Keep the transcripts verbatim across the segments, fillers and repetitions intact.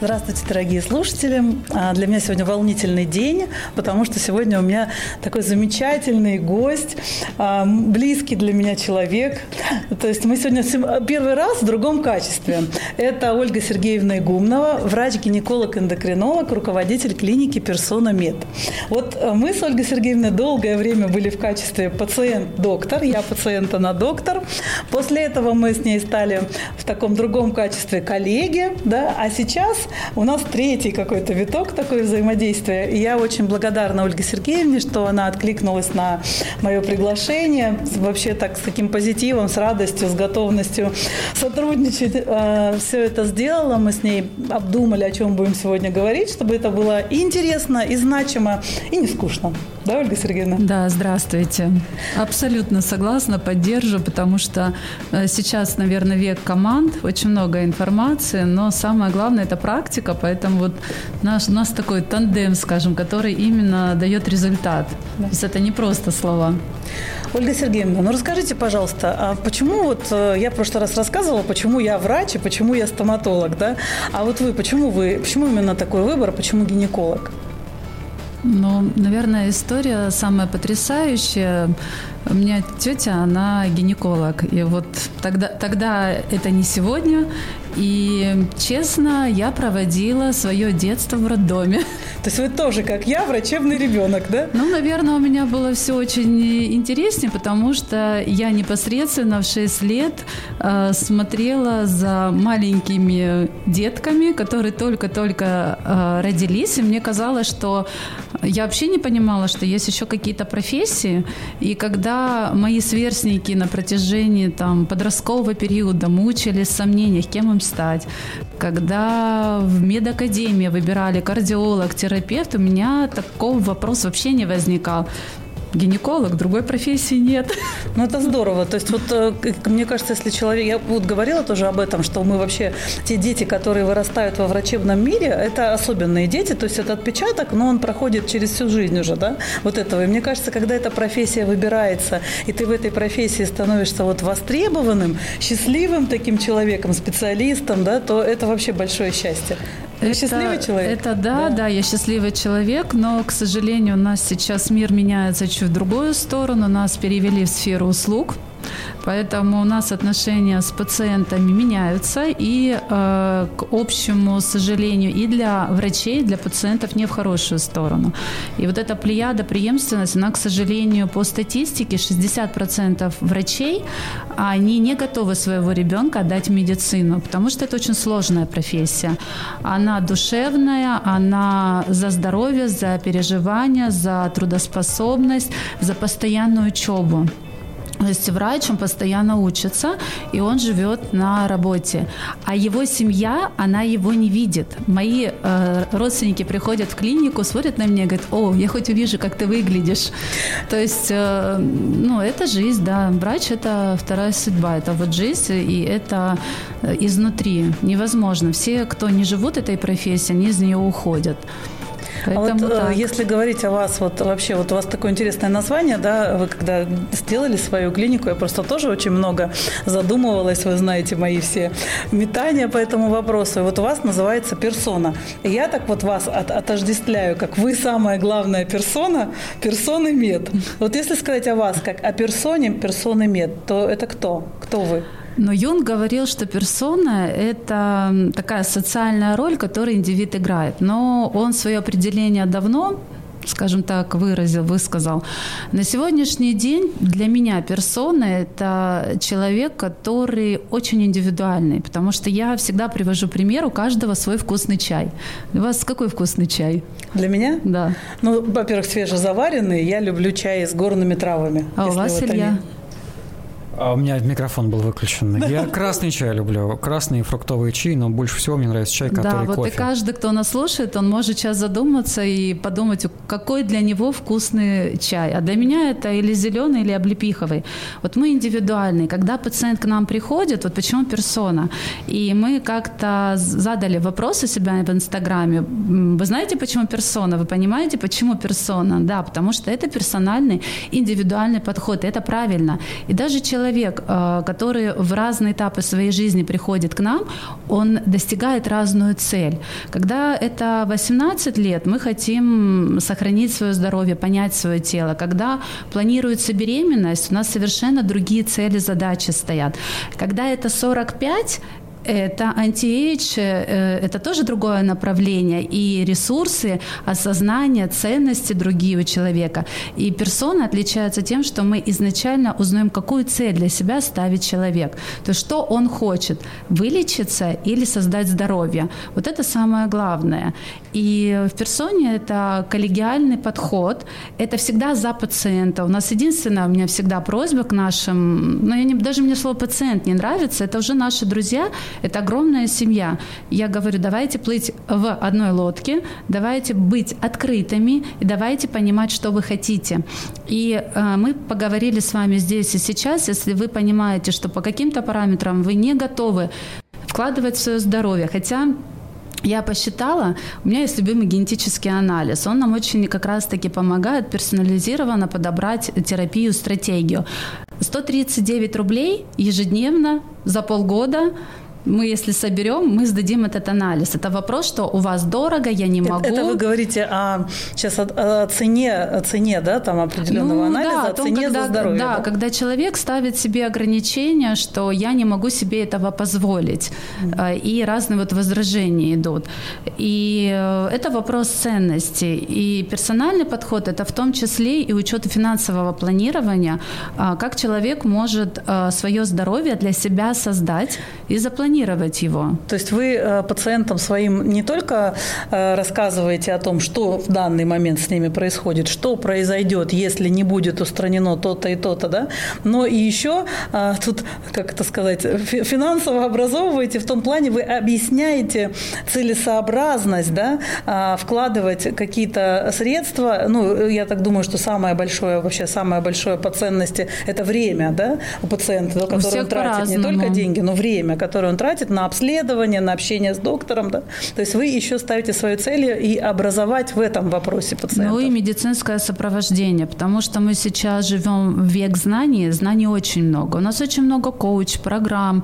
Здравствуйте, дорогие слушатели. Для меня сегодня волнительный день, потому что сегодня у меня такой замечательный гость, близкий для меня человек. То есть мы сегодня первый раз в другом качестве. Это Ольга Сергеевна Игумнова, врач-гинеколог-эндокринолог, руководитель клиники «Персона Мед». Вот мы с Ольгой Сергеевной долгое время были в качестве пациент-доктор, я пациент, она доктор. После этого мы с ней стали в таком другом качестве коллеги, да, а сейчас у нас третий какой-то виток такой взаимодействия. И я очень благодарна Ольге Сергеевне, что она откликнулась на мое приглашение, вообще так с таким позитивом, с радостью, с готовностью сотрудничать. Все это сделала, мы с ней обдумали, о чем будем сегодня говорить, чтобы это было и интересно, и значимо, и не скучно. Да, Ольга Сергеевна? Да, здравствуйте. Абсолютно согласна, поддержу, потому что сейчас, наверное, век команд, очень много информации, но самое главное – это практика, поэтому вот наш, у нас такой тандем, скажем, который именно дает результат. Да. То есть это не просто слова. Ольга Сергеевна, ну расскажите, пожалуйста, а почему вот я в прошлый раз рассказывала, почему я врач и почему я стоматолог, да? А вот вы, почему вы, почему именно такой выбор, почему гинеколог? Ну, наверное, история самая потрясающая. У меня тетя, она гинеколог. И вот тогда, тогда это не сегодня. И, честно, я проводила свое детство в роддоме. То есть вы тоже, как я, врачебный ребенок, да? Ну, наверное, у меня было все очень интереснее, потому что я непосредственно в шесть лет э, смотрела за маленькими детками, которые только-только э, родились. И мне казалось, что я вообще не понимала, что есть еще какие-то профессии. И когда мои сверстники на протяжении там, подросткового периода мучились в сомнениях, кем им стать, когда в медакадемии выбирали кардиолог, терапевт, у меня такого вопроса вообще не возникал. Гинеколог, другой профессии нет. Ну, это здорово. То есть, вот, мне кажется, если человек... Я вот говорила тоже об этом, что мы вообще... Те дети, которые вырастают во врачебном мире, это особенные дети. То есть, это отпечаток, но он проходит через всю жизнь уже, да? Вот этого. И мне кажется, когда эта профессия выбирается, и ты в этой профессии становишься вот востребованным, счастливым таким человеком, специалистом, да, то это вообще большое счастье. Вы это, счастливый человек? Это да, да, да, я счастливый человек, но, к сожалению, у нас сейчас мир меняется чуть в другую сторону, нас перевели в сферу услуг. Поэтому у нас отношения с пациентами меняются, и э, к общему сожалению и для врачей, и для пациентов не в хорошую сторону. И вот эта плеяда преемственности, она, к сожалению, по статистике шестьдесят процентов врачей, они не готовы своего ребенка отдать в медицину, потому что это очень сложная профессия. Она душевная, она за здоровье, за переживания, за трудоспособность, за постоянную учебу. То есть врач, он постоянно учится, и он живет на работе. А его семья, она его не видит. Мои э, родственники приходят в клинику, смотрят на меня и говорят: о, я хоть увижу, как ты выглядишь. То есть, э, ну, это жизнь, да. Врач – это вторая судьба, это вот жизнь, и это изнутри. Невозможно. Все, кто не живут этой профессией, они из нее уходят. Поэтому а вот если говорить о вас, вот вообще, вот у вас такое интересное название, да, вы когда сделали свою клинику, я просто тоже очень много задумывалась, вы знаете мои все метания по этому вопросу, и вот у вас называется «Персона». И я так вот вас от, отождествляю, как вы самая главная персона, персоны Мед. Вот если сказать о вас, как о персоне, персоны Мед, то это кто? Кто вы? Но Юнг говорил, что персона – это такая социальная роль, которую индивид играет. Но он свое определение давно, скажем так, выразил, высказал. На сегодняшний день для меня персона – это человек, который очень индивидуальный, потому что я всегда привожу пример, у каждого свой вкусный чай. У вас какой вкусный чай? Для меня? Да. Ну, во-первых, свежезаваренный. Я люблю чай с горными травами. А у вас, вот Илья? Они... А у меня микрофон был выключен. Я красный чай люблю, красный фруктовый чай, но больше всего мне нравится чай, который кофе. Да, вот кофе. И каждый, кто нас слушает, он может сейчас задуматься и подумать, какой для него вкусный чай. А для меня это или зеленый, или облепиховый. Вот мы индивидуальные. Когда пациент к нам приходит, вот почему персона? И мы как-то задали вопрос у себя в Инстаграме. Вы знаете, почему персона? Вы понимаете, почему персона? Да, потому что это персональный, индивидуальный подход. И это правильно. И даже человек человек, который в разные этапы своей жизни приходит к нам, он достигает разную цель. Когда это восемнадцать лет, мы хотим сохранить свое здоровье, понять свое тело. Когда планируется беременность, у нас совершенно другие цели, задачи стоят. Когда это сорок пять, это анти-эйдж, это тоже другое направление, и ресурсы, осознание, ценности другие у человека. И персона отличается тем, что мы изначально узнаем, какую цель для себя ставит человек. То есть что он хочет, вылечиться или создать здоровье. Вот это самое главное. И в персоне это коллегиальный подход, это всегда за пациента. У нас единственная у меня всегда просьба к нашим, ну, я не, даже мне слово «пациент» не нравится, это уже наши друзья, это огромная семья. Я говорю, давайте плыть в одной лодке, давайте быть открытыми и давайте понимать, что вы хотите. И э, мы поговорили с вами здесь и сейчас, если вы понимаете, что по каким-то параметрам вы не готовы вкладывать в свое здоровье, хотя... Я посчитала, у меня есть любимый генетический анализ. Он нам очень как раз-таки помогает персонализированно подобрать терапию, стратегию. сто тридцать девять рублей ежедневно за полгода. Мы, если соберем, мы сдадим этот анализ. Это вопрос, что у вас дорого, я не могу. Это, это вы говорите о, сейчас о, о цене, о цене, да, там определенного ну, анализа, да, о цене когда, за здоровье. Да, да, когда человек ставит себе ограничения, что я не могу себе этого позволить, mm-hmm. и разные вот возражения идут. И это вопрос ценности. И персональный подход – это в том числе и учет финансового планирования, как человек может свое здоровье для себя создать и запланировать его. То есть вы э, пациентам своим не только э, рассказываете о том, что в данный момент с ними происходит, что произойдет, если не будет устранено то-то и то-то, да, но и еще э, тут, как это сказать, финансово образовываете в том плане, вы объясняете целесообразность, да, э, вкладывать какие-то средства. Ну, я так думаю, что самое большое, вообще самое большое по ценности – это время, да, у пациента, да, которое он тратит не только деньги, но время, которое он тратит на обследование, на общение с доктором. Да? То есть вы еще ставите свою цель и образовать в этом вопросе пациента. Ну и медицинское сопровождение, потому что мы сейчас живем в век знаний, знаний очень много. У нас очень много коуч-программ,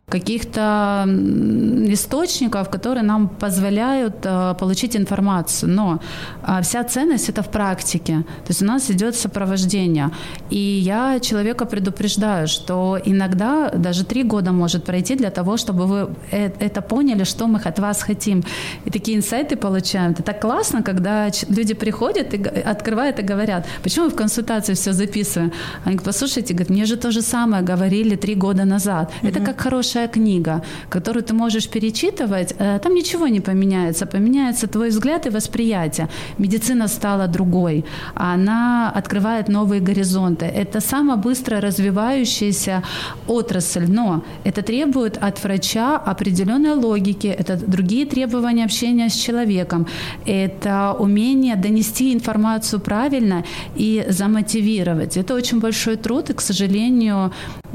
каких-то источников, которые нам позволяют получить информацию. Но вся ценность – это в практике. То есть у нас идет сопровождение. И я человека предупреждаю, что иногда даже три года может пройти для того, чтобы вы это поняли, что мы от вас хотим. И такие инсайты получаем. Это так классно, когда люди приходят и открывают и говорят, почему мы в консультации все записываем? Они говорят, послушайте, говорят, мне же то же самое говорили три года назад. Mm-hmm. Это как хорошая книга, которую ты можешь перечитывать, там ничего не поменяется. Поменяется твой взгляд и восприятие. Медицина стала другой. Она открывает новые горизонты. Это самая быстро развивающаяся отрасль, но это требует от врача определенной логики, это другие требования общения с человеком, это умение донести информацию правильно и замотивировать. Это очень большой труд, и, к сожалению,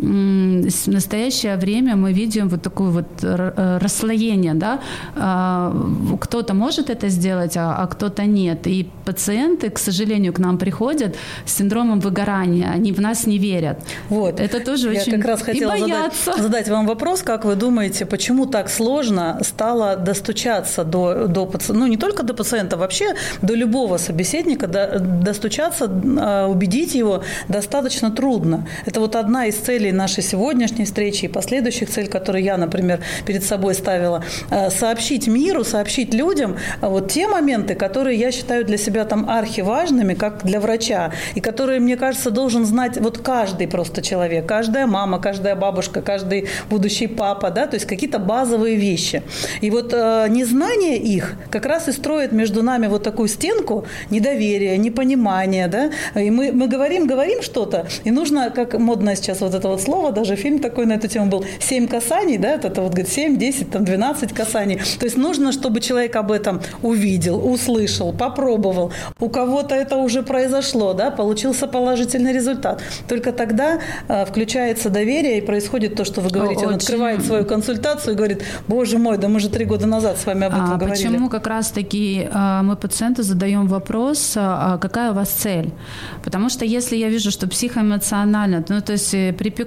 в настоящее время мы видим вот такое вот расслоение, да? Кто-то может это сделать, а кто-то нет. И пациенты, к сожалению, к нам приходят с синдромом выгорания, они в нас не верят. Вот. Это тоже Я очень... как раз хотела задать, задать вам вопрос, как вы думаете, почему так сложно стало достучаться до, до пациента, ну не только до пациента, вообще до любого собеседника, до, достучаться, убедить его достаточно трудно. Это вот одна из целей нашей сегодняшней встречи и последующих целей, которые я, например, перед собой ставила, сообщить миру, сообщить людям вот те моменты, которые я считаю для себя там архиважными, как для врача, и которые, мне кажется, должен знать вот каждый просто человек, каждая мама, каждая бабушка, каждый будущий папа, да, то есть какие-то базовые вещи. И вот э, незнание их как раз и строит между нами вот такую стенку недоверия, непонимания, да, и мы, мы говорим, говорим что-то, и нужно, как модно сейчас вот это вот слово, даже фильм такой на эту тему был, семь касаний, да, это вот говорит семь, десять, там двенадцать касаний, то есть нужно, чтобы человек об этом увидел, услышал, попробовал, у кого-то это уже произошло, да, получился положительный результат, только тогда э, включается доверие и происходит то, что вы говорите, он открывает свою консультацию и говорит, боже мой, да мы же три года назад с вами об этом а говорили. Почему как раз-таки а, мы пациенту задаем вопрос, а, какая у вас цель? Потому что если я вижу, что психоэмоционально, ну то есть припекает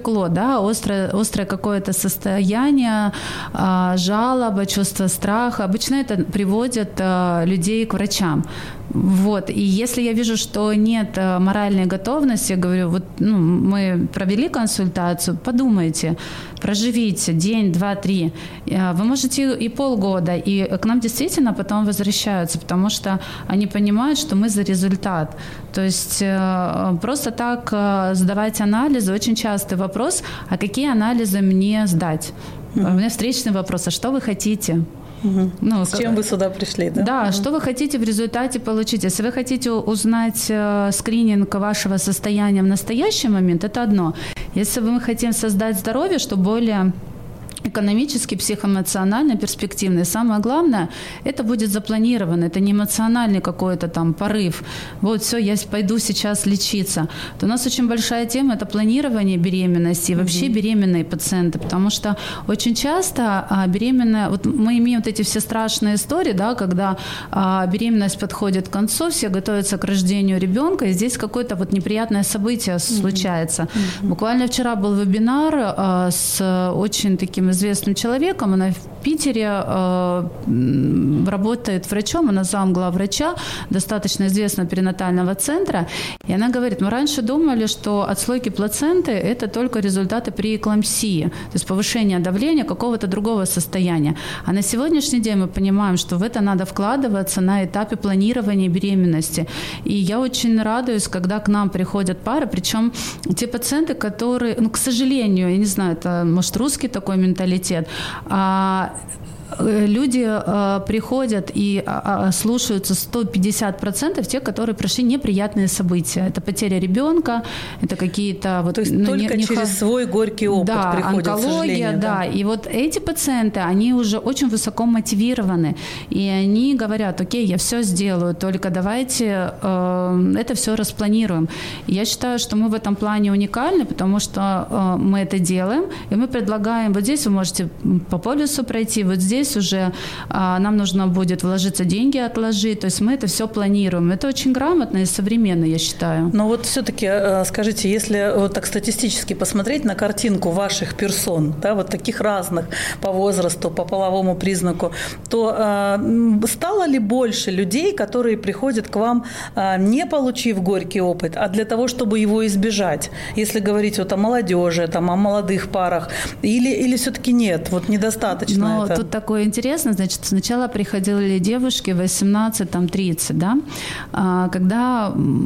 привлекло, да, острое, острое какое-то состояние, жалоба, чувство страха. Обычно это приводит людей к врачам. Вот. И если я вижу, что нет моральной готовности, я говорю, вот ну, мы провели консультацию, подумайте, проживите день, два, три. Вы можете и полгода, и к нам действительно потом возвращаются, потому что они понимают, что мы за результат. То есть просто так сдавать анализы, очень частый вопрос, а какие анализы мне сдать? Mm-hmm. У меня встречный вопрос, а что вы хотите? Угу. Ну, с чем вы сюда пришли, да? Да, угу. Что вы хотите в результате получить? Если вы хотите узнать э, скрининг вашего состояния в настоящий момент, это одно. Если мы хотим создать здоровье, что более экономически, психоэмоционально, перспективно. И самое главное, это будет запланировано. Это не эмоциональный какой-то там порыв. Вот, все, я пойду сейчас лечиться. То у нас очень большая тема – это планирование беременности и вообще mm-hmm. беременные пациенты. Потому что очень часто а, беременная… Вот мы имеем вот эти все страшные истории, да, когда а, беременность подходит к концу, все готовятся к рождению ребенка, и здесь какое-то вот неприятное событие mm-hmm. случается. Mm-hmm. Буквально вчера был вебинар а, с очень таким известным человеком. Она в Питере э, работает врачом, она замглавврача достаточно известного перинатального центра. И она говорит, мы раньше думали, что отслойки плаценты – это только результаты при эклампсии, то есть повышение давления какого-то другого состояния. А на сегодняшний день мы понимаем, что в это надо вкладываться на этапе планирования беременности. И я очень радуюсь, когда к нам приходят пары, причем те пациенты, которые, ну, к сожалению, я не знаю, это, может, русский такой менталитет, а люди э, приходят и э, слушаются сто пятьдесят процентов тех, которые прошли неприятные события. Это потеря ребенка, это какие-то… Вот, то есть ну, только не, через не... свой горький опыт да, приходят, онкология, да. да. И вот эти пациенты, они уже очень высоко мотивированы. И они говорят, окей, я все сделаю, только давайте э, это все распланируем. И я считаю, что мы в этом плане уникальны, потому что э, мы это делаем, и мы предлагаем, вот здесь вы можете по полюсу пройти, вот здесь уже а, нам нужно будет вложиться деньги, отложить. То есть мы это все планируем. Это очень грамотно и современно, я считаю. Но вот все-таки скажите, если вот так статистически посмотреть на картинку ваших персон, да, вот таких разных по возрасту, по половому признаку, то а, стало ли больше людей, которые приходят к вам, а, не получив горький опыт, а для того, чтобы его избежать? Если говорить вот о молодежи, там, о молодых парах, или, или все-таки нет, вот недостаточно Но это? Тут такое интересно, значит, сначала приходили девушки восемнадцать тридцать, да, когда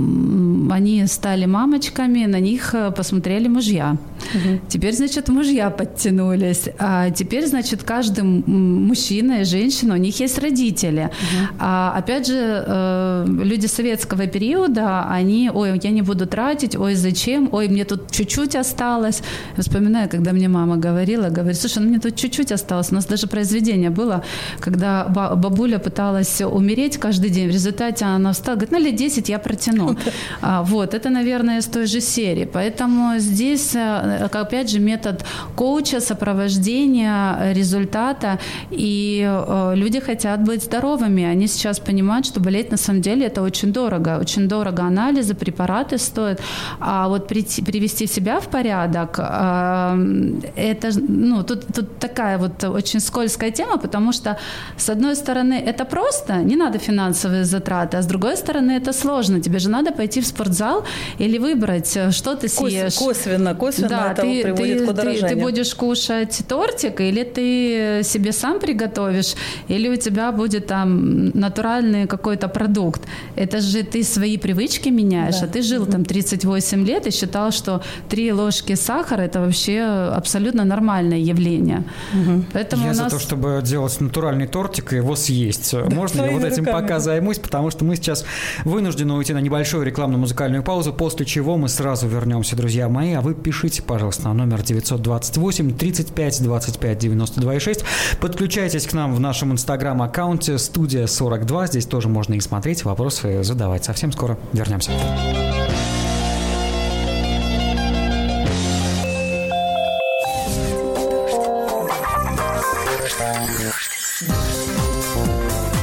они стали мамочками, на них посмотрели мужья. Угу. Теперь, значит, мужья подтянулись. А теперь, значит, каждый мужчина и женщина, у них есть родители. Угу. А, опять же, люди советского периода, они, ой, я не буду тратить, ой, зачем, ой, мне тут чуть-чуть осталось. Я вспоминаю, когда мне мама говорила, говорит, слушай, ну мне тут чуть-чуть осталось. У нас даже произведение было, когда бабуля пыталась умереть каждый день. В результате она встала, говорит, ну, лет десять я протяну. А, вот, это, наверное, из той же серии. Поэтому здесь, опять же, метод коуча, сопровождения результата. И э, люди хотят быть здоровыми. Они сейчас понимают, что болеть на самом деле это очень дорого. Очень дорого анализы, препараты стоят. А вот прийти, привести себя в порядок, э, это, ну, тут, тут такая вот очень скользкая тема, потому что, с одной стороны, это просто, не надо финансовые затраты, а с другой стороны, это сложно. Тебе же надо пойти в спортзал или выбрать, что ты съешь. Косвенно, косвенно да, это ты, приводит ты, к удорожанию. Ты, ты будешь кушать тортик, или ты себе сам приготовишь, или у тебя будет там натуральный какой-то продукт. Это же ты свои привычки меняешь, да. А ты жил mm-hmm. там тридцать восемь лет и считал, что три ложки сахара – это вообще абсолютно нормальное явление. Mm-hmm. Поэтому Я у нас... за то, чтобы делать натуральный тортик и его съесть. Да, можно я вот этим руками. Пока займусь, потому что мы сейчас вынуждены уйти на небольшую рекламно-музыкальную паузу, после чего мы сразу вернемся, друзья мои. А вы пишите, пожалуйста, на номер девятьсот двадцать восемь тридцать пять двадцать пять девяносто два и шесть. Подключайтесь к нам в нашем инстаграм-аккаунте студия сорок два. Здесь тоже можно и смотреть, вопросы задавать. Совсем скоро вернемся.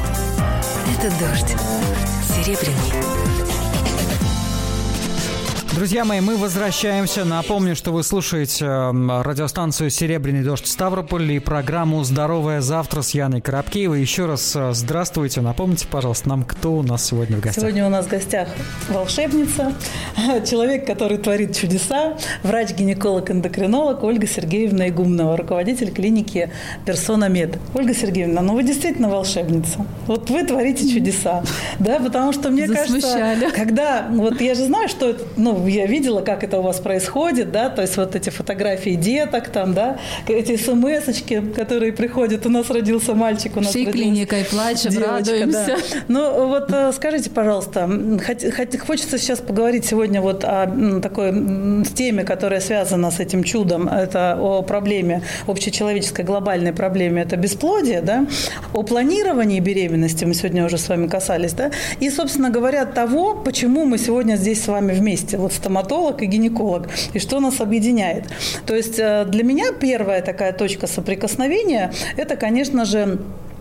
Это дождь. Серебряный. Друзья мои, мы возвращаемся. Напомню, что вы слушаете радиостанцию «Серебряный дождь» Ставрополь и программу «Здоровое завтра» с Яной Коробкеевой. Еще раз здравствуйте. Напомните, пожалуйста, нам, кто у нас сегодня в гостях. Сегодня у нас в гостях волшебница, человек, который творит чудеса, врач-гинеколог-эндокринолог Ольга Сергеевна Игумнова, руководитель клиники «Персона Мед». Ольга Сергеевна, ну вы действительно волшебница. Вот вы творите чудеса, да, потому что мне Засмущали. кажется, когда, вот я же знаю, что это, ну, я видела, как это у вас происходит, да, то есть вот эти фотографии деток там, да, эти смс-очки, которые приходят, у нас родился мальчик, у нас Всей родилась клиникой плачем, девочка, радуемся. Да. Ну вот скажите, пожалуйста, хоть, хоть, хочется сейчас поговорить сегодня вот о такой теме, которая связана с этим чудом, это о проблеме, общечеловеческой глобальной проблеме, это бесплодие, да, о планировании беременности мы сегодня уже с вами касались, да, и, собственно говоря, того, почему мы сегодня здесь с вами вместе, вот стоматолог и гинеколог, и что нас объединяет. То есть для меня первая такая точка соприкосновения – это, конечно же,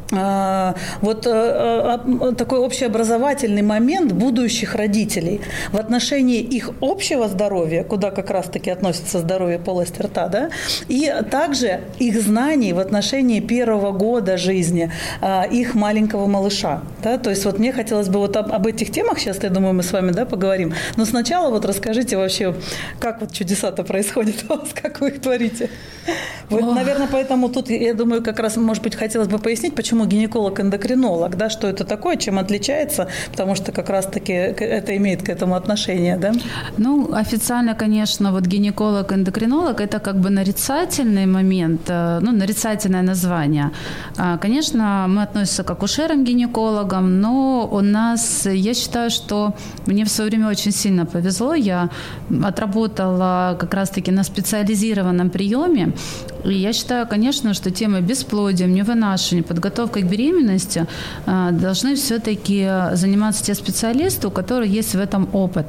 вот такой общеобразовательный момент будущих родителей в отношении их общего здоровья, куда как раз-таки относится здоровье полости рта, да, и также их знаний в отношении первого года жизни их маленького малыша. Да. То есть вот мне хотелось бы вот об, об этих темах сейчас, я думаю, мы с вами, да, поговорим. Но сначала вот расскажите вообще, как вот чудеса-то происходят у вас, как вы их творите. Вот, наверное, поэтому тут, я думаю, как раз, может быть, хотелось бы пояснить, почему гинеколог-эндокринолог, да, что это такое, чем отличается, потому что как раз-таки это имеет к этому отношение, да? Ну, официально, конечно, вот гинеколог-эндокринолог – это как бы нарицательный момент, ну, нарицательное название. Конечно, мы относимся к акушерам-гинекологам, но у нас, я считаю, что мне в свое время очень сильно повезло, я отработала как раз-таки на специализированном приеме, и я считаю, конечно, что тема бесплодия, невынашивания, подготовка к беременности должны все-таки заниматься те специалисты, у которых есть в этом опыт.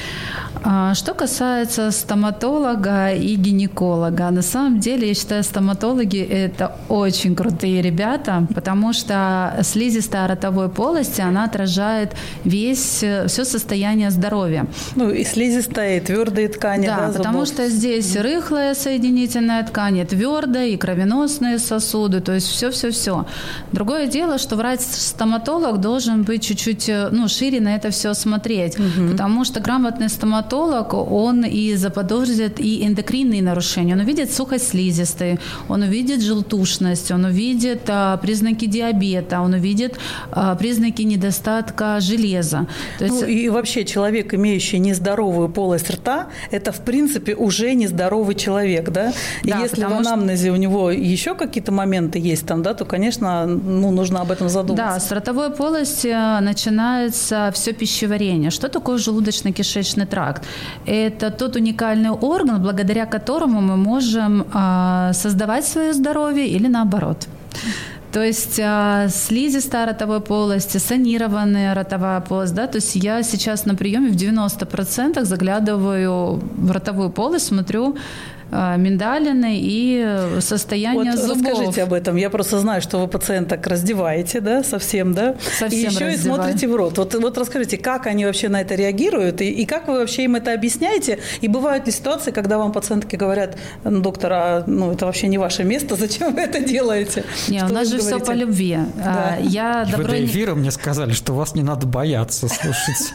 Что касается стоматолога и гинеколога, на самом деле, я считаю, стоматологи – это очень крутые ребята, потому что слизистая ротовой полости, она отражает весь, все состояние здоровья. Ну, и слизистая, и твердые ткани, да, да, зубов. потому что здесь рыхлая соединительная ткань, и твердая, и кровеносные сосуды, то есть все-все-все. Другое дело, что врач-стоматолог должен быть чуть-чуть, ну, шире на это все смотреть, угу. потому что грамотный стоматолог, он и заподозрит и эндокринные нарушения. Он увидит сухость слизистой, он увидит желтушность, он увидит а, признаки диабета, он увидит а, признаки недостатка железа. То есть... Ну и вообще человек, имеющий нездоровую полость рта, это в принципе уже нездоровый человек, да? И да, если в анамнезе что... у него еще какие-то моменты есть там, да, то, конечно, ну, нужно об этом задуматься. Да, с ротовой полости начинается все пищеварение. Что такое желудочно-кишечный тракт? Это тот уникальный орган, благодаря которому мы можем а, создавать свое здоровье или наоборот. То есть а, слизистая ротовой полости, санированная ротовая полость, да, то есть я сейчас на приеме в девяносто процентов заглядываю в ротовую полость, смотрю миндалины и состояние вот зубов. Расскажите об этом. Я просто знаю, что вы пациенток раздеваете, да, совсем, да? Совсем и еще раздеваю. И смотрите в рот. Вот, вот расскажите, как они вообще на это реагируют, и, и как вы вообще им это объясняете? И бывают ли ситуации, когда вам пациентки говорят: доктор, а, ну, это вообще не ваше место, зачем вы это делаете? Не, у нас же говорите? Все по любви. Да. Я добро... Вы до не... эфира мне сказали, что вас не надо бояться, слушайте.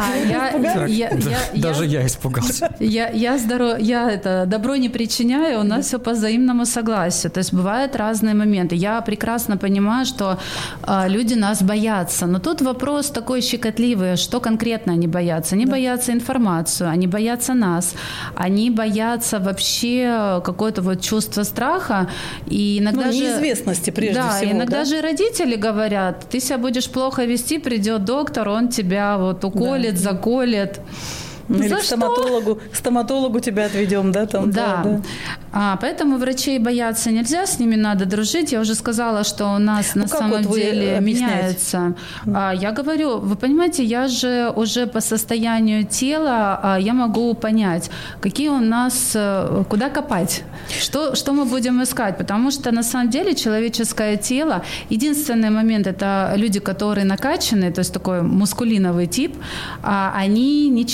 Даже я испугался. Я здоров, я это добро не причиняю, у нас все по взаимному согласию. То есть бывают разные моменты. Я прекрасно понимаю, что а, люди нас боятся. Но тут вопрос такой щекотливый, что конкретно они боятся. Они да. боятся информацию, они боятся нас, они боятся вообще какое-то вот чувство страха. И иногда ну, же... неизвестности прежде да, всего. Иногда да? же родители говорят: ты себя будешь плохо вести, придет доктор, он тебя вот уколет, да. заколет. Или За к стоматологу, к стоматологу тебя отведем, да? Там, да. да, да. А, поэтому врачей бояться нельзя, с ними надо дружить. Я уже сказала, что у нас ну, на самом вот деле меняется. А, я говорю, вы понимаете, я же уже по состоянию тела а, я могу понять, какие у нас, куда копать, что, что мы будем искать. Потому что на самом деле человеческое тело, единственный момент, это люди, которые накачаны, то есть такой мускулиновый тип, а, они ничего тебе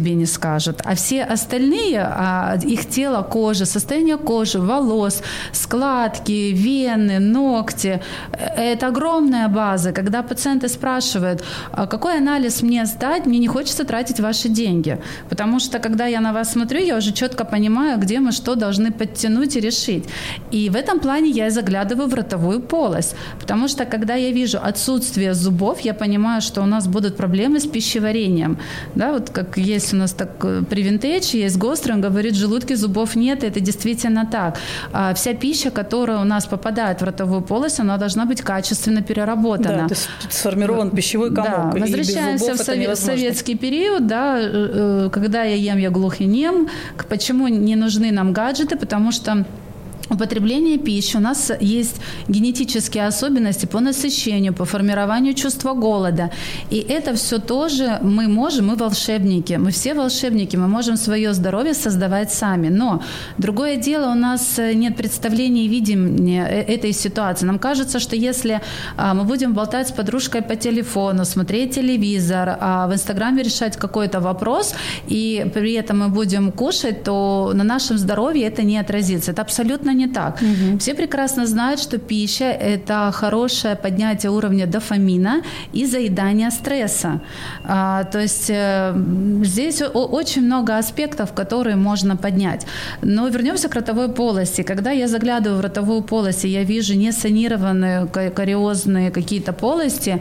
тебе не скажут. А все остальные, их тело, кожа, состояние кожи, волос, складки, вены, ногти – это огромная база. Когда пациенты спрашивают, какой анализ мне сдать, мне не хочется тратить ваши деньги. Потому что, когда я на вас смотрю, я уже четко понимаю, где мы что должны подтянуть и решить. И в этом плане я заглядываю в ротовую полость. Потому что, когда я вижу отсутствие зубов, я понимаю, что у нас будут проблемы с пищеварением. Да, вот как есть у нас так при винтеже, есть гострый, он говорит, в желудке зубов нет, и это действительно так. А вся пища, которая у нас попадает в ротовую полость, она должна быть качественно переработана. Да, то есть сформирован пищевой комок. Да, возвращаемся в совет, советский период, да, когда я ем, я глух и нем. Почему не нужны нам гаджеты? Потому что употребление пищи у нас есть генетические особенности по насыщению, по формированию чувства голода. И это все тоже мы можем, мы волшебники, мы все волшебники, мы можем свое здоровье создавать сами. Но другое дело, у нас нет представления и видения этой ситуации. Нам кажется, что если мы будем болтать с подружкой по телефону, смотреть телевизор, в Инстаграме решать какой-то вопрос, и при этом мы будем кушать, то на нашем здоровье это не отразится. Это абсолютно не так. Угу. Все прекрасно знают, что пища – это хорошее поднятие уровня дофамина и заедание стресса. А, то есть э, здесь о- очень много аспектов, которые можно поднять. Но вернемся к ротовой полости. Когда я заглядываю в ротовую полость, и я вижу несанированные кариозные какие-то полости,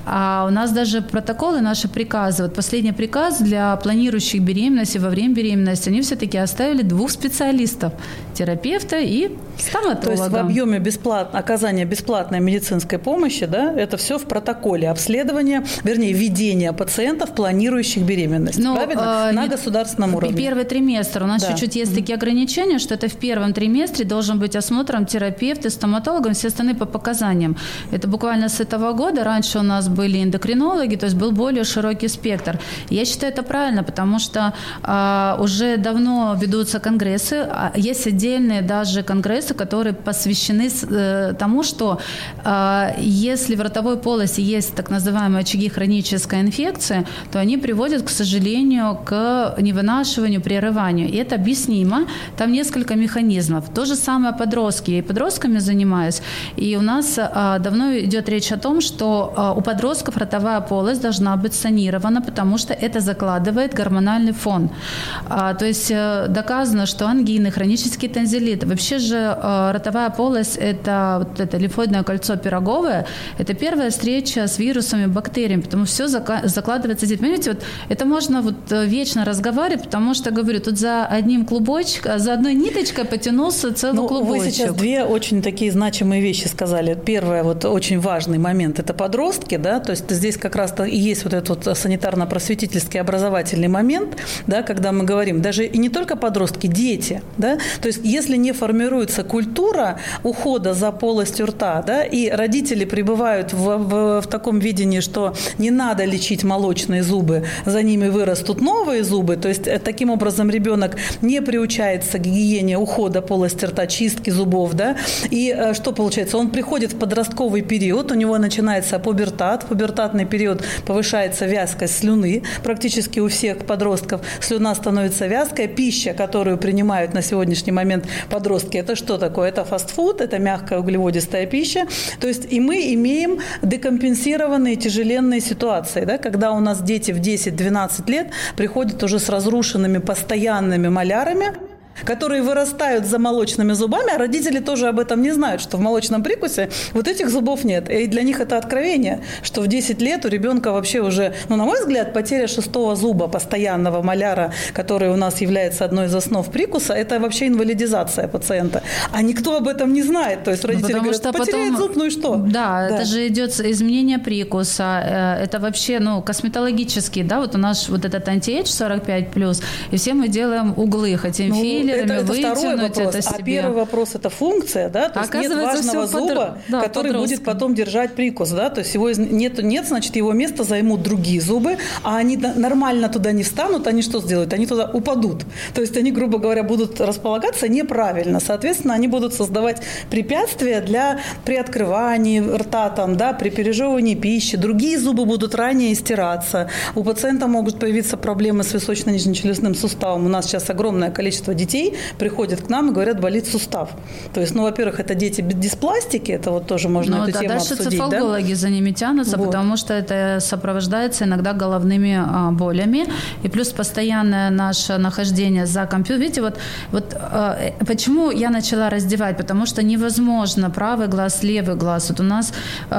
а у нас даже протоколы наши приказы, вот последний приказ для планирующих беременность и во время беременности, они все-таки оставили двух специалистов – терапевта и стоматолога. То есть в объеме бесплат... оказания бесплатной медицинской помощи, да, это все в протоколе обследования, вернее, ведения пациентов, планирующих беременность, ну, правильно? Э, На государственном уровне. Первый триместр. У нас да. чуть-чуть есть mm-hmm. такие ограничения, что это в первом триместре должен быть осмотром терапевта, стоматологом, все остальные по показаниям. Это буквально с этого года. Раньше у нас были эндокринологи, то есть был более широкий спектр. Я считаю, это правильно, потому что э, уже давно ведутся конгрессы, есть отдельные даже конгрессы, которые посвящены э, тому, что э, если в ротовой полости есть так называемые очаги хронической инфекции, то они приводят, к сожалению, к невынашиванию, прерыванию. И это объяснимо. Там несколько механизмов. То же самое подростки. Я и подростками занимаюсь. И у нас э, давно идет речь о том, что э, у подростков ротовая полость должна быть санирована, потому что это закладывает гормональный фон. А, то есть э, доказано, что ангины, хронический тонзиллит, вообще же ротовая полость – это вот это лимфоидное кольцо пироговое, это первая встреча с вирусами, бактериями, потому что все закладывается здесь. Понимаете, вот это можно вот вечно разговаривать, потому что, говорю, тут за одним клубочком, за одной ниточкой потянулся целый ну, клубочек. Вы сейчас две очень такие значимые вещи сказали. Первое, вот очень важный момент – это подростки, да, то есть здесь как раз и есть вот этот вот санитарно-просветительский образовательный момент, да, когда мы говорим, даже и не только подростки, дети, да, то есть если не формируется культура ухода за полостью рта, да, и родители пребывают в, в, в таком видении, что не надо лечить молочные зубы, за ними вырастут новые зубы, то есть таким образом ребенок не приучается к гигиене ухода полости рта, чистки зубов, да, и что получается? Он приходит в подростковый период, у него начинается пубертат, в пубертатный период повышается вязкость слюны, практически у всех подростков слюна становится вязкой, пища, которую принимают на сегодняшний момент подростки, это что такое? Это фастфуд, это мягкая углеводистая пища. То есть и мы имеем декомпенсированные тяжеленные ситуации, да, когда у нас дети в десять-двенадцать лет приходят уже с разрушенными постоянными малярами, которые вырастают за молочными зубами, а родители тоже об этом не знают, что в молочном прикусе вот этих зубов нет. И для них это откровение, что в десять лет у ребенка вообще уже, ну, на мой взгляд, потеря шестого зуба, постоянного маляра, который у нас является одной из основ прикуса, это вообще инвалидизация пациента. А никто об этом не знает. То есть родители ну, говорят, потеряет потом... зуб, ну и что? Да, да, это же идет изменение прикуса. Это вообще, ну, косметологический, да, вот у нас вот этот анти-эйдж сорок пять плюс, и все мы делаем углы, хотим ну, фили, филлерами, это, это вытянуть второй вопрос. это себе. А первый вопрос – это функция, да, то есть нет важного зуба, подр... да, который будет потом держать прикус, да, то есть его нет, нет, значит, его место займут другие зубы, а они нормально туда не встанут, они что сделают? Они туда упадут. То есть они, грубо говоря, будут располагаться неправильно. Соответственно, они будут создавать препятствия для при открывании рта, там, да, при пережевывании пищи. Другие зубы будут ранее стираться. У пациента могут появиться проблемы с височно-нижнечелюстным суставом. У нас сейчас огромное количество детей приходят к нам и говорят, болит сустав. То есть, ну, во-первых, это дети без диспластики, это вот тоже можно ну, эту да, тему дальше обсудить. Цефалгологи да? за ними тянутся, вот. Потому что это сопровождается иногда головными а, болями. И плюс постоянное наше нахождение за компьютером. Видите, вот, вот а, почему я начала раздевать? Потому что невозможно правый глаз, левый глаз. Вот у нас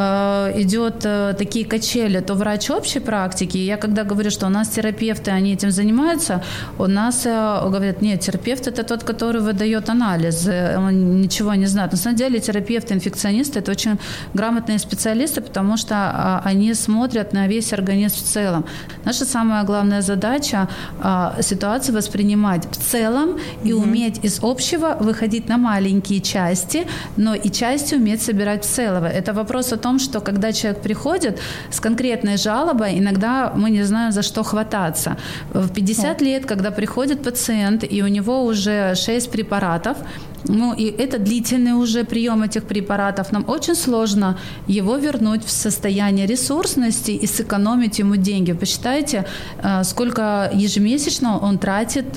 а, идет а, такие качели, то врач общей практики. Я когда говорю, что у нас терапевты, они этим занимаются, у нас а, говорят, нет, терапевт – это тот, который выдает анализы, он ничего не знает. На самом деле терапевты, инфекционисты – это очень грамотные специалисты, потому что а, они смотрят на весь организм в целом. Наша самая главная задача а, – ситуацию воспринимать в целом и угу. уметь из общего выходить на маленькие части, но и части уметь собирать в целого. Это вопрос о том, что когда человек приходит с конкретной жалобой, иногда мы не знаем, за что хвататься. В пятьдесят лет, когда приходит пациент, и у него уже шесть препаратов, ну, и это длительный уже прием этих препаратов. Нам очень сложно его вернуть в состояние ресурсности и сэкономить ему деньги. Посчитайте, сколько ежемесячно он тратит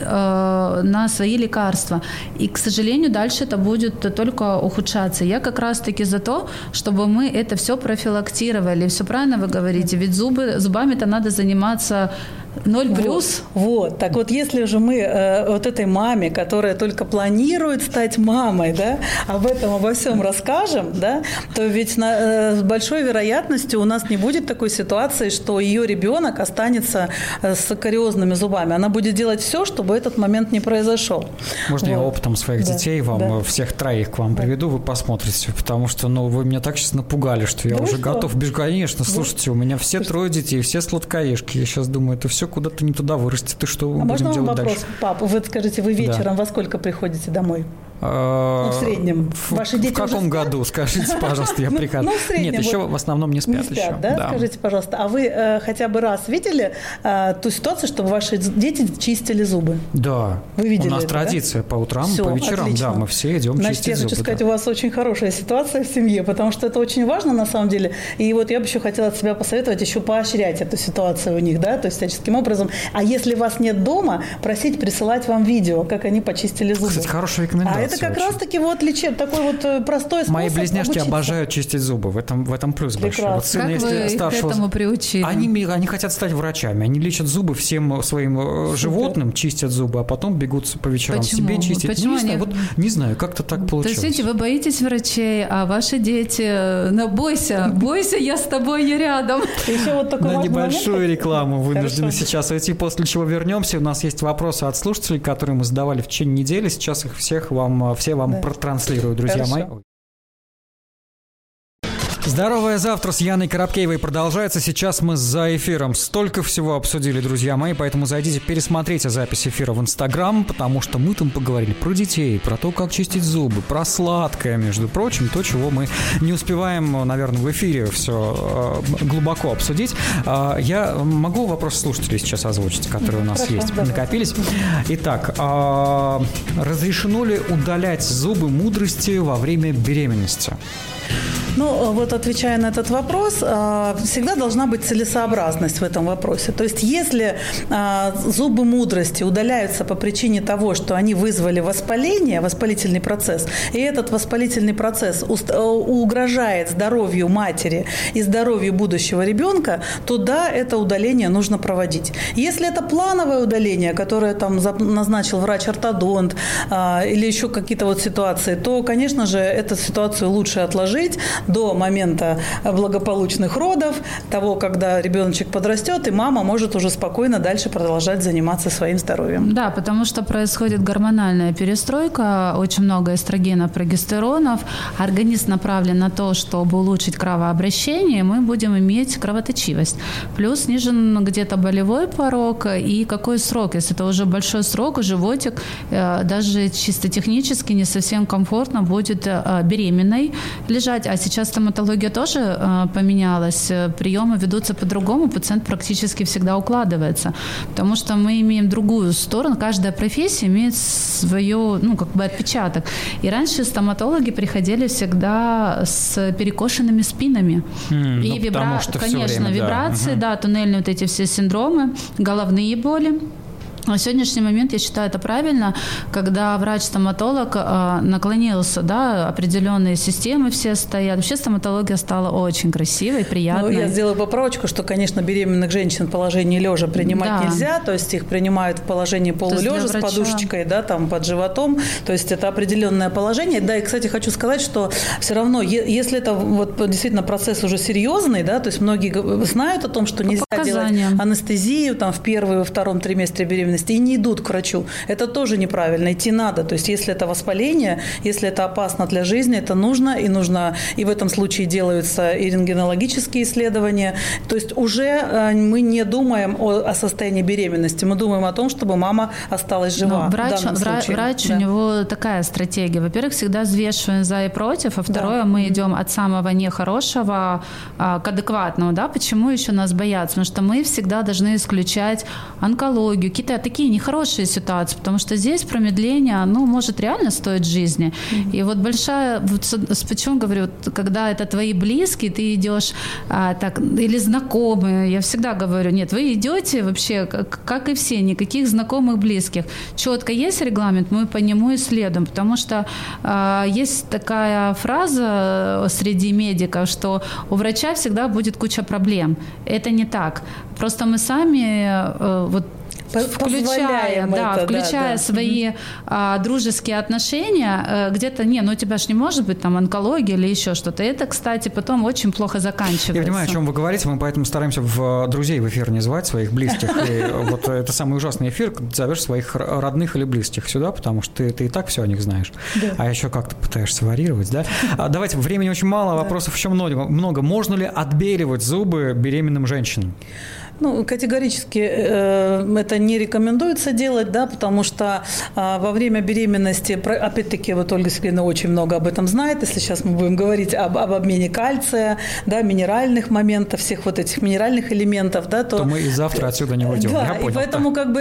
на свои лекарства. И, к сожалению, дальше это будет только ухудшаться. Я как раз-таки за то, чтобы мы это все профилактировали. Все правильно вы говорите, ведь зубы, зубами-то надо заниматься ноль плюс. Вот, вот. Так вот, если же мы э, вот этой маме, которая только планирует стать мамой, да, об этом, обо всем расскажем, да, то ведь на, э, с большой вероятностью у нас не будет такой ситуации, что ее ребенок останется э, с кариозными зубами. Она будет делать все, чтобы этот момент не произошел. Можно вот. Я опытом своих да. детей вам, да. всех троих к вам да. приведу, вы посмотрите, потому что, ну, вы меня так сейчас напугали, что я да уже что? готов бежать. Конечно, слушайте, у меня все трое детей, все сладкоежки. Я сейчас думаю, это все куда-то не туда вырастет. И что мы а будем можно делать вопрос, дальше? Пап, вы скажите, вы вечером да. во сколько приходите домой? Ну, в среднем. В, Ваши дети в каком уже году, скажите, пожалуйста, я прихожу. Ну, в среднем. Нет, еще вот в основном не спят, не спят еще. Да? Да. Скажите, пожалуйста, а вы э, хотя бы раз видели э, ту ситуацию, чтобы ваши дети чистили зубы? Да. Вы видели У нас это, традиция да? по утрам, Все, по вечерам, отлично. да, мы все идем Значит, чистить я зубы. хочу сказать, да. у вас очень хорошая ситуация в семье, потому что это очень важно на самом деле. И вот я бы еще хотела от себя посоветовать еще поощрять эту ситуацию у них, да, то есть всяческим образом. А если вас нет дома, просить присылать вам видео, как они почистили зубы. Кстати, хорошая рекомендация. А это как очень. раз-таки вот лечеб, такой вот простой способ. Мои близняшки обучиться. обожают чистить зубы. В этом, в этом плюс Прекрасно. большой. Вот сын, как если вы старшего... их к этому приучили? Они, они хотят стать врачами. Они лечат зубы всем своим Супер. животным, чистят зубы, а потом бегут по вечерам Почему? себе чистить. Почему не, они... знаю, вот, не знаю, как-то так получилось. То есть, видите, вы боитесь врачей, а ваши дети... Ну, бойся, бойся, я с тобой не рядом. Еще вот такой На небольшую момент. рекламу вынуждены Хорошо. сейчас уйти, после чего вернемся. У нас есть вопросы от слушателей, которые мы задавали в течение недели. Сейчас их всех вам, все вам да. протранслирую, друзья Хорошо. мои. Здоровое завтра с Яной Коробкеевой продолжается. Сейчас мы за эфиром столько всего обсудили, друзья мои, поэтому зайдите, пересмотрите запись эфира в Инстаграм, потому что мы там поговорили про детей, про то, как чистить зубы, про сладкое, между прочим, то, чего мы не успеваем, наверное, в эфире все глубоко обсудить. Я могу вопрос слушателей сейчас озвучить, которые у нас Хорошо, есть, да, накопились. Итак, разрешено ли удалять зубы мудрости во время беременности? Ну, вот отвечая на этот вопрос, всегда должна быть целесообразность в этом вопросе. То есть, если зубы мудрости удаляются по причине того, что они вызвали воспаление, воспалительный процесс, и этот воспалительный процесс угрожает здоровью матери и здоровью будущего ребенка, то да, это удаление нужно проводить. Если это плановое удаление, которое там назначил врач-ортодонт или еще какие-то вот ситуации, то, конечно же, эту ситуацию лучше отложить до момента благополучных родов, того, когда ребеночек подрастет, и мама может уже спокойно дальше продолжать заниматься своим здоровьем. Да, потому что происходит гормональная перестройка, очень много эстрогенов, прогестеронов. Организм направлен на то, чтобы улучшить кровообращение, мы будем иметь кровоточивость. Плюс снижен где-то болевой порог. И какой срок? Если это уже большой срок, животик, даже чисто технически не совсем комфортно будет беременной лежать. А сейчас стоматология тоже поменялась. Приемы ведутся по-другому. Пациент практически всегда укладывается. Потому что мы имеем другую сторону. Каждая профессия имеет свое, ну, как бы отпечаток. И раньше стоматологи приходили всегда с перекошенными спинами. Mm, и ну, вибра... Конечно, время, вибрации, да, да, туннельные вот эти все синдромы, головные боли. На сегодняшний момент я считаю это правильно, когда врач-стоматолог э, наклонился, да, определенные системы все стоят. Вообще стоматология стала очень красивой, приятной. Ну, я сделаю поправочку, что, конечно, беременных женщин в положении лежа принимать да. нельзя, то есть их принимают в положении полулежа с подушечкой, да, там под животом, то есть это определенное положение. Да, и, кстати, хочу сказать, что все равно, если это вот действительно процесс уже серьезный, да, то есть многие знают о том, что нельзя делать анестезию там в первом и втором триместре беременности, и не идут к врачу. Это тоже неправильно. Идти надо. То есть, если это воспаление, если это опасно для жизни, это нужно. И нужно, и в этом случае делаются и рентгенологические исследования. То есть, уже мы не думаем о, о состоянии беременности. Мы думаем о том, чтобы мама осталась жива. Но врач, в данном случае. Врач да. у него такая стратегия. Во-первых, всегда взвешиваем за и против. А второе, да. мы идем от самого нехорошего а, к адекватному. Да? Почему еще нас боятся? Потому что мы всегда должны исключать онкологию, какие-то такие нехорошие ситуации, потому что здесь промедление, оно может реально стоить жизни. Mm-hmm. И вот большая, вот почему говорю, вот, когда это твои близкие, ты идешь а, так, или знакомые, я всегда говорю, нет, вы идете вообще, как, как и все, никаких знакомых, близких. Четко есть регламент, мы по нему и следуем, потому что а, есть такая фраза среди медиков, что у врача всегда будет куча проблем. Это не так. Просто мы сами а, вот Включая, да, это, включая да, да. свои mm-hmm. а, дружеские отношения, а, где-то, не, ну у тебя же не может быть там онкология или еще что-то. Это, кстати, потом очень плохо заканчивается. Я понимаю, о чем вы говорите, мы поэтому стараемся в друзей в эфир не звать, своих близких. И вот это самый ужасный эфир, когда ты зовешь своих родных или близких сюда, потому что ты, ты и так все о них знаешь. Да. А еще как-то пытаешься варьировать, да? А давайте, времени очень мало, вопросов еще много. много. Можно ли отбеливать зубы беременным женщинам? Ну, категорически э, это не рекомендуется делать, да, потому что э, во время беременности, опять-таки, вот Ольга Сергеевна очень много об этом знает, если сейчас мы будем говорить об, об обмене кальция, да, минеральных моментов, всех вот этих минеральных элементов, да, то... То мы и завтра отсюда не уйдем, да, я понял. И поэтому как бы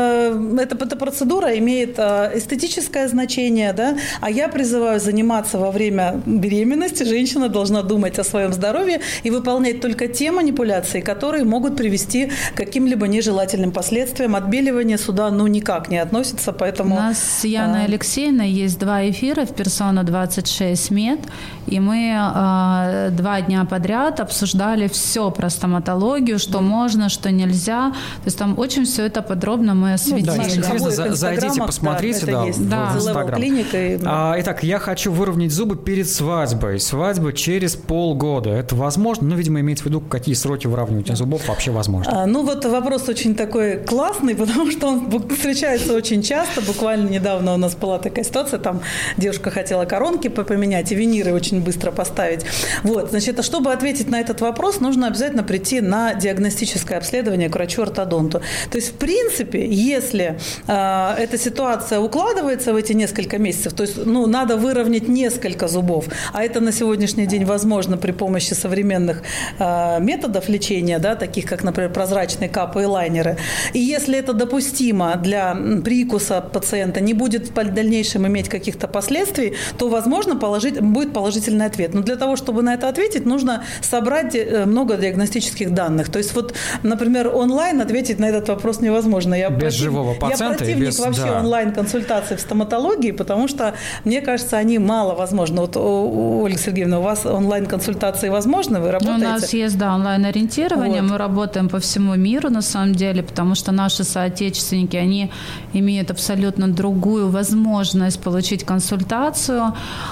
э, эта, эта процедура имеет э, эстетическое значение, да, а я призываю заниматься во время беременности, женщина должна думать о своем здоровье и выполнять только те манипуляции, которые могут привести к каким-либо нежелательным последствиям. Отбеливание сюда, ну, никак не относится, поэтому... У нас с Яной а... Алексеевной есть два эфира в Персона двадцать шесть Мед, и мы а, два дня подряд обсуждали все про стоматологию, что да. можно, что нельзя. То есть там очень все это подробно мы осветили. Ну, да, если интересно, зайдите, посмотрите, да, да, в Инстаграм. И... А, итак, я хочу выровнять зубы перед свадьбой. Свадьба через полгода. Это возможно? Ну, видимо, имеется в виду, какие сроки выравнивания зубов вообще возможно. А, ну, вот вопрос очень такой классный, потому что он встречается очень часто. Буквально недавно у нас была такая ситуация, там девушка хотела коронки поменять и виниры очень быстро поставить. Вот, значит, а чтобы ответить на этот вопрос, нужно обязательно прийти на диагностическое обследование к врачу-ортодонту. То есть, в принципе, если э, эта ситуация укладывается в эти несколько месяцев, то есть, ну, надо выровнять несколько зубов, а это на сегодняшний день возможно при помощи современных э, методов лечения, да, таких как, например, прозрачные капы и лайнеры. И если это допустимо для прикуса пациента, не будет в дальнейшем иметь каких-то последствий, то, возможно, положить, будет положительный ответ. Но для того, чтобы на это ответить, нужно собрать много диагностических данных. То есть, вот, например, онлайн ответить на этот вопрос невозможно. Я без против... живого пациента. Я противник без... вообще да. онлайн-консультаций в стоматологии, потому что, мне кажется, они мало возможны. Вот, Ольга Сергеевна, у вас онлайн-консультации возможны? Вы работаете? У нас есть, да, онлайн-ориентирование. Вот. Мы работаем по всему миру, на самом деле, потому что наши соотечественники, они имеют абсолютно другую возможность получить консультацию.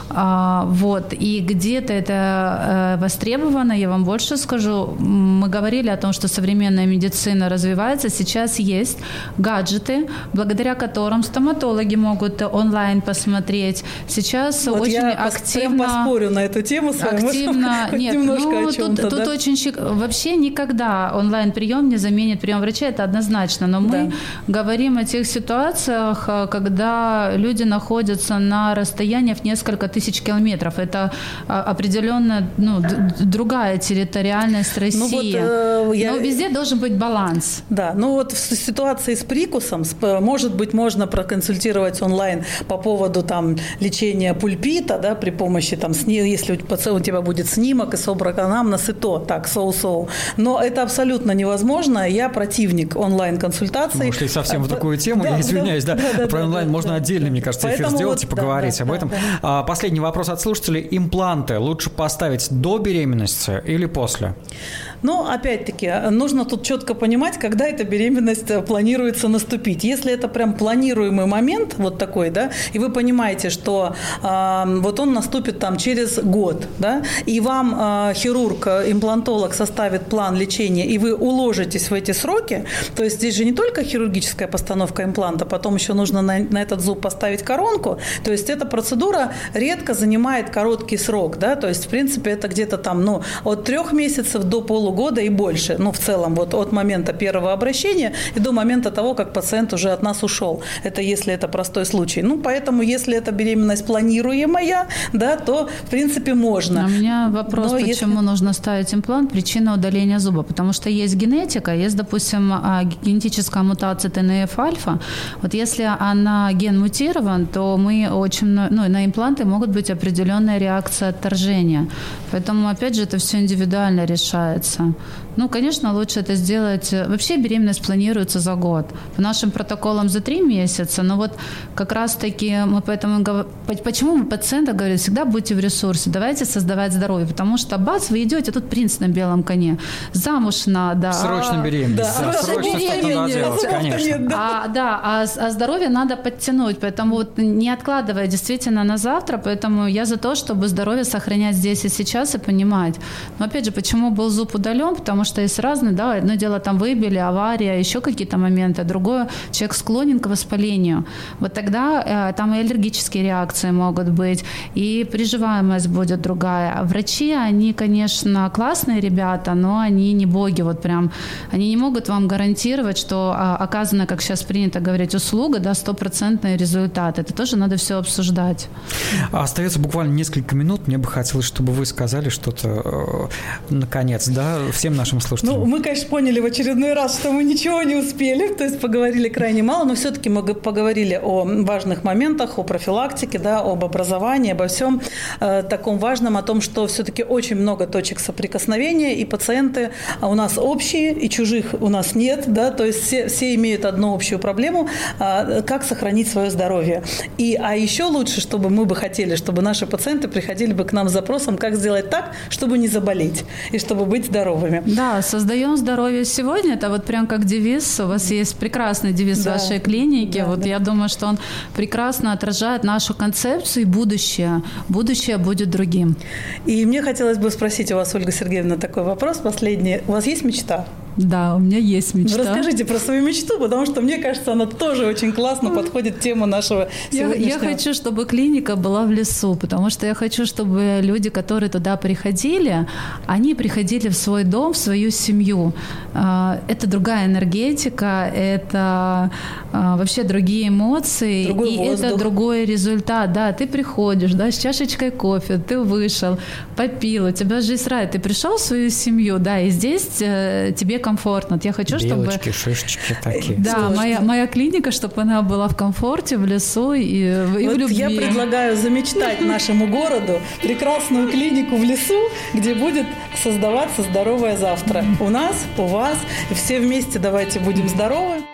Вот. И где-то это востребовано, я вам больше скажу. Мы говорили о том, что современная медицина развивается. Сейчас есть гаджеты, благодаря которым стоматологи могут онлайн посмотреть. Сейчас вот очень я активно... Я поспорю на эту тему с вами. Активно... Нет, ну, тут, да? тут очень... Вообще никогда онлайн-прием не заменит прием врача, это однозначно. Но мы да. говорим о тех ситуациях, когда люди находятся на расстоянии в несколько тысяч километров. Это определенно ну, другая территориальность России. Ну, вот, э, я... Но везде должен быть баланс. Да, ну вот в ситуации с прикусом, может быть, можно проконсультировать онлайн по поводу там, лечения пульпита, да, при помощи, там, если у тебя будет снимок и собраканамнез, и то так, соу-соу. Но это абсолютно невозможно. Я противник онлайн-консультаций. Мы ушли совсем в другую тему, да, я извиняюсь. Да, да, да, про онлайн да, можно да, отдельно, да. мне кажется, эфир Поэтому сделать вот, и поговорить да, об да, этом. Да. Последний вопрос от слушателей. Импланты лучше поставить до беременности или после? Но, опять-таки, нужно тут четко понимать, когда эта беременность планируется наступить. Если это прям планируемый момент, вот такой, да, и вы понимаете, что э, вот он наступит там через год, да, и вам э, хирург, имплантолог составит план лечения, и вы уложитесь в эти сроки, то есть здесь же не только хирургическая постановка импланта, потом еще нужно на, на этот зуб поставить коронку, то есть эта процедура редко занимает короткий срок, да, то есть, в принципе, это где-то там, ну, от трех месяцев до полугода, года и больше, ну, в целом, вот от момента первого обращения и до момента того, как пациент уже от нас ушел. Это если это простой случай. Ну, поэтому, если эта беременность планируемая, да, то, в принципе, можно. У меня вопрос, Но почему если... нужно ставить имплант? Причина удаления зуба. Потому что есть генетика, есть, допустим, генетическая мутация тэ эн эф альфа. Вот если она ген мутирован, то мы очень, ну, на импланты могут быть определенная реакция отторжения. Поэтому, опять же, это все индивидуально решается. Ну, конечно, лучше это сделать... Вообще беременность планируется за год. По нашим протоколам за три месяца. Но вот как раз-таки мы поэтому... Почему мы пациентам говорим, всегда будьте в ресурсе, давайте создавать здоровье. Потому что, бац, вы идете, тут принц на белом коне. Замуж надо. Срочно беременность. Да, да. Срочно что-то делать, конечно. Нет, да, а, да а, а здоровье надо подтянуть. Поэтому вот не откладывая действительно на завтра. Поэтому я за то, чтобы здоровье сохранять здесь и сейчас и понимать. Но опять же, почему был зуб удален? Потому что есть разные, да, одно дело там выбили, авария, еще какие-то моменты, другое, человек склонен к воспалению. Вот тогда э, там и аллергические реакции могут быть, и приживаемость будет другая. Врачи, они, конечно, классные ребята, но они не боги, вот прям, они не могут вам гарантировать, что а, оказана, как сейчас принято говорить, услуга, да, стопроцентный результат. Это тоже надо все обсуждать. Остается буквально несколько минут, мне бы хотелось, чтобы вы сказали что-то, э, наконец, да, всем нашим слушателям. Ну, мы, конечно, поняли в очередной раз, что мы ничего не успели, то есть поговорили крайне мало, но все-таки мы поговорили о важных моментах, о профилактике, да, об образовании, обо всем э, таком важном, о том, что все-таки очень много точек соприкосновения, и пациенты у нас общие, и чужих у нас нет, да, то есть все, все имеют одну общую проблему, э, как сохранить свое здоровье. И, а еще лучше, чтобы мы бы хотели, чтобы наши пациенты приходили бы к нам с запросом, как сделать так, чтобы не заболеть, и чтобы быть здоровыми. Да, создаем здоровье сегодня. Это вот прям как девиз. У вас есть прекрасный девиз да. вашей клиники. Да, вот да. я думаю, что он прекрасно отражает нашу концепцию и будущее. Будущее будет другим. И мне хотелось бы спросить у вас, Ольга Сергеевна, такой вопрос последний. У вас есть мечта? Да, у меня есть мечта. Ну, расскажите про свою мечту, потому что, мне кажется, она тоже очень классно подходит к теме нашего сегодняшнего. Я, я хочу, чтобы клиника была в лесу, потому что я хочу, чтобы люди, которые туда приходили, они приходили в свой дом, в свою семью. Это другая энергетика, это вообще другие эмоции, другой и воздух. Это другой результат. Да, ты приходишь, да, с чашечкой кофе, ты вышел, попил, у тебя жизнь рай, ты пришел в свою семью, да, и здесь тебе комфортно. Вот я хочу, Белочки, чтобы... шишечки такие. Да, моя, моя клиника, чтобы она была в комфорте, в лесу и, и вот в любви. Я предлагаю замечтать нашему городу прекрасную клинику в лесу, где будет создаваться здоровое завтра. У нас, у вас. И все вместе давайте будем здоровы.